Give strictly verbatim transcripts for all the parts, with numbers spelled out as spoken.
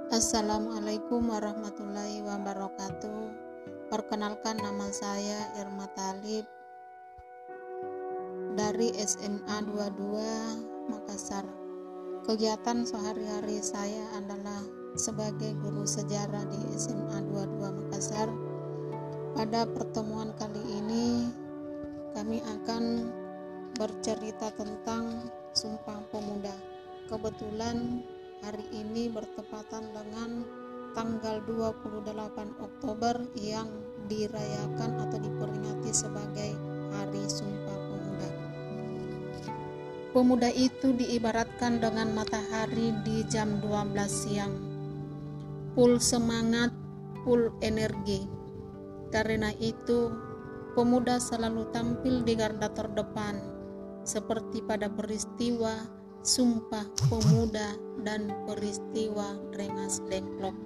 Assalamualaikum warahmatullahi wabarakatuh. Perkenalkan, nama saya Irma Talib dari S M A dua puluh dua Makassar. Kegiatan sehari-hari saya adalah sebagai guru sejarah di S M A dua puluh dua Makassar. Pada pertemuan kali ini kami akan bercerita tentang Sumpah Pemuda. Kebetulan hari ini bertepatan dengan tanggal dua puluh delapan Oktober yang dirayakan atau diperingati sebagai Hari Sumpah Pemuda. Pemuda itu diibaratkan dengan matahari di jam dua belas siang, full semangat, full energi. Karena itu, pemuda selalu tampil di garda terdepan, seperti pada peristiwa Sumpah Pemuda dan peristiwa Rengas Dengklok.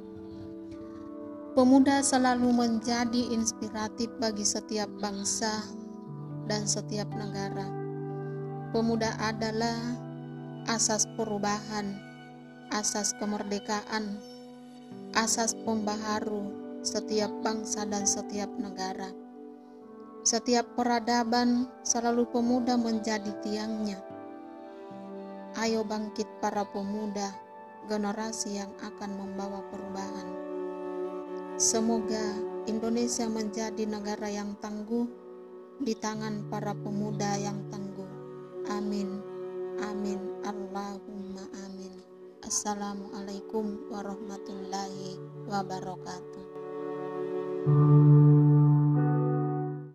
Pemuda selalu menjadi inspiratif bagi setiap bangsa dan setiap negara. Pemuda adalah asas perubahan, asas kemerdekaan, asas pembaharu setiap bangsa dan setiap negara. Setiap peradaban selalu pemuda menjadi tiangnya. Ayo bangkit para pemuda, generasi yang akan membawa perubahan. Semoga Indonesia menjadi negara yang tangguh di tangan para pemuda yang tangguh. Amin, amin, Allahumma amin. Assalamualaikum warahmatullahi wabarakatuh.